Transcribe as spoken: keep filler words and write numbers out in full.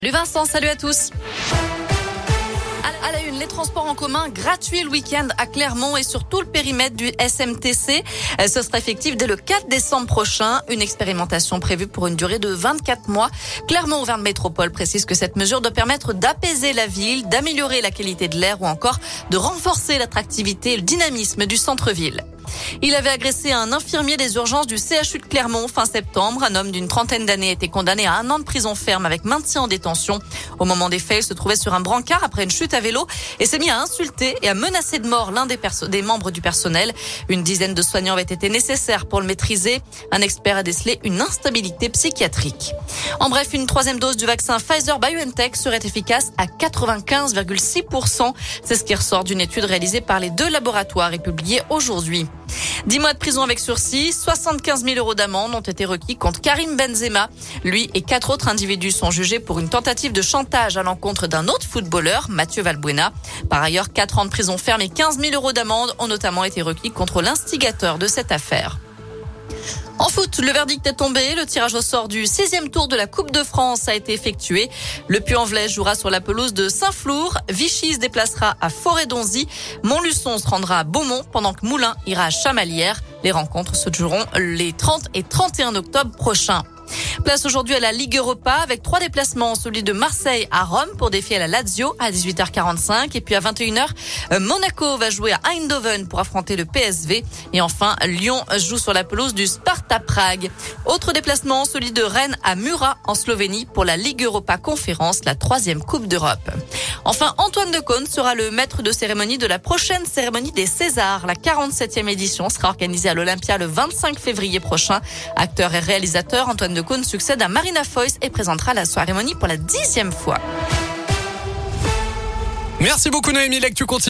Salut Vincent, salut à tous. À la une, les transports en commun gratuits le week-end à Clermont et sur tout le périmètre du S M T C. Ce sera effectif dès le quatre décembre prochain. Une expérimentation prévue pour une durée de vingt-quatre mois. Clermont Auvergne Métropole précise que cette mesure doit permettre d'apaiser la ville, d'améliorer la qualité de l'air ou encore de renforcer l'attractivité et le dynamisme du centre-ville. Il avait agressé un infirmier des urgences du C H U de Clermont fin septembre. Un homme d'une trentaine d'années a été condamné à un an de prison ferme avec maintien en détention. Au moment des faits, il se trouvait sur un brancard après une chute à vélo et s'est mis à insulter et à menacer de mort l'un des, perso- des membres du personnel. Une dizaine de soignants avaient été nécessaires pour le maîtriser. Un expert a décelé une instabilité psychiatrique. En bref, une troisième dose du vaccin Pfizer-BioNTech serait efficace à quatre-vingt-quinze virgule six pour cent. C'est ce qui ressort d'une étude réalisée par les deux laboratoires et publiée aujourd'hui. Dix mois de prison avec sursis, soixante-quinze mille euros d'amende ont été requis contre Karim Benzema. Lui et quatre autres individus sont jugés pour une tentative de chantage à l'encontre d'un autre footballeur, Mathieu Valbuena. Par ailleurs, quatre ans de prison ferme et quinze mille euros d'amende ont notamment été requis contre l'instigateur de cette affaire. En foot, le verdict est tombé. Le tirage au sort du sixième tour de la Coupe de France a été effectué. Le Puy-en-Velay jouera sur la pelouse de Saint-Flour. Vichy se déplacera à Forêt-Donzy. Montluçon se rendra à Beaumont pendant que Moulins ira à Chamalières. Les rencontres se joueront les trente et trente et un octobre prochains. Place aujourd'hui à la Ligue Europa avec trois déplacements, celui de Marseille à Rome pour défier la Lazio à dix-huit heures quarante-cinq et puis à vingt et une heures, Monaco va jouer à Eindhoven pour affronter le P S V et enfin Lyon joue sur la pelouse du Sparta Prague. Autre déplacement, celui de Rennes à Murat en Slovénie pour la Ligue Europa Conférence, la troisième Coupe d'Europe. Enfin, Antoine Decaune sera le maître de cérémonie de la prochaine cérémonie des Césars. La quarante-septième édition sera organisée à l'Olympia le vingt-cinq février prochain. Acteur et réalisateur, Antoine Decaune succède à Marina Foïs et présentera la cérémonie pour la dixième fois. Merci beaucoup Noémie, là que tu continues.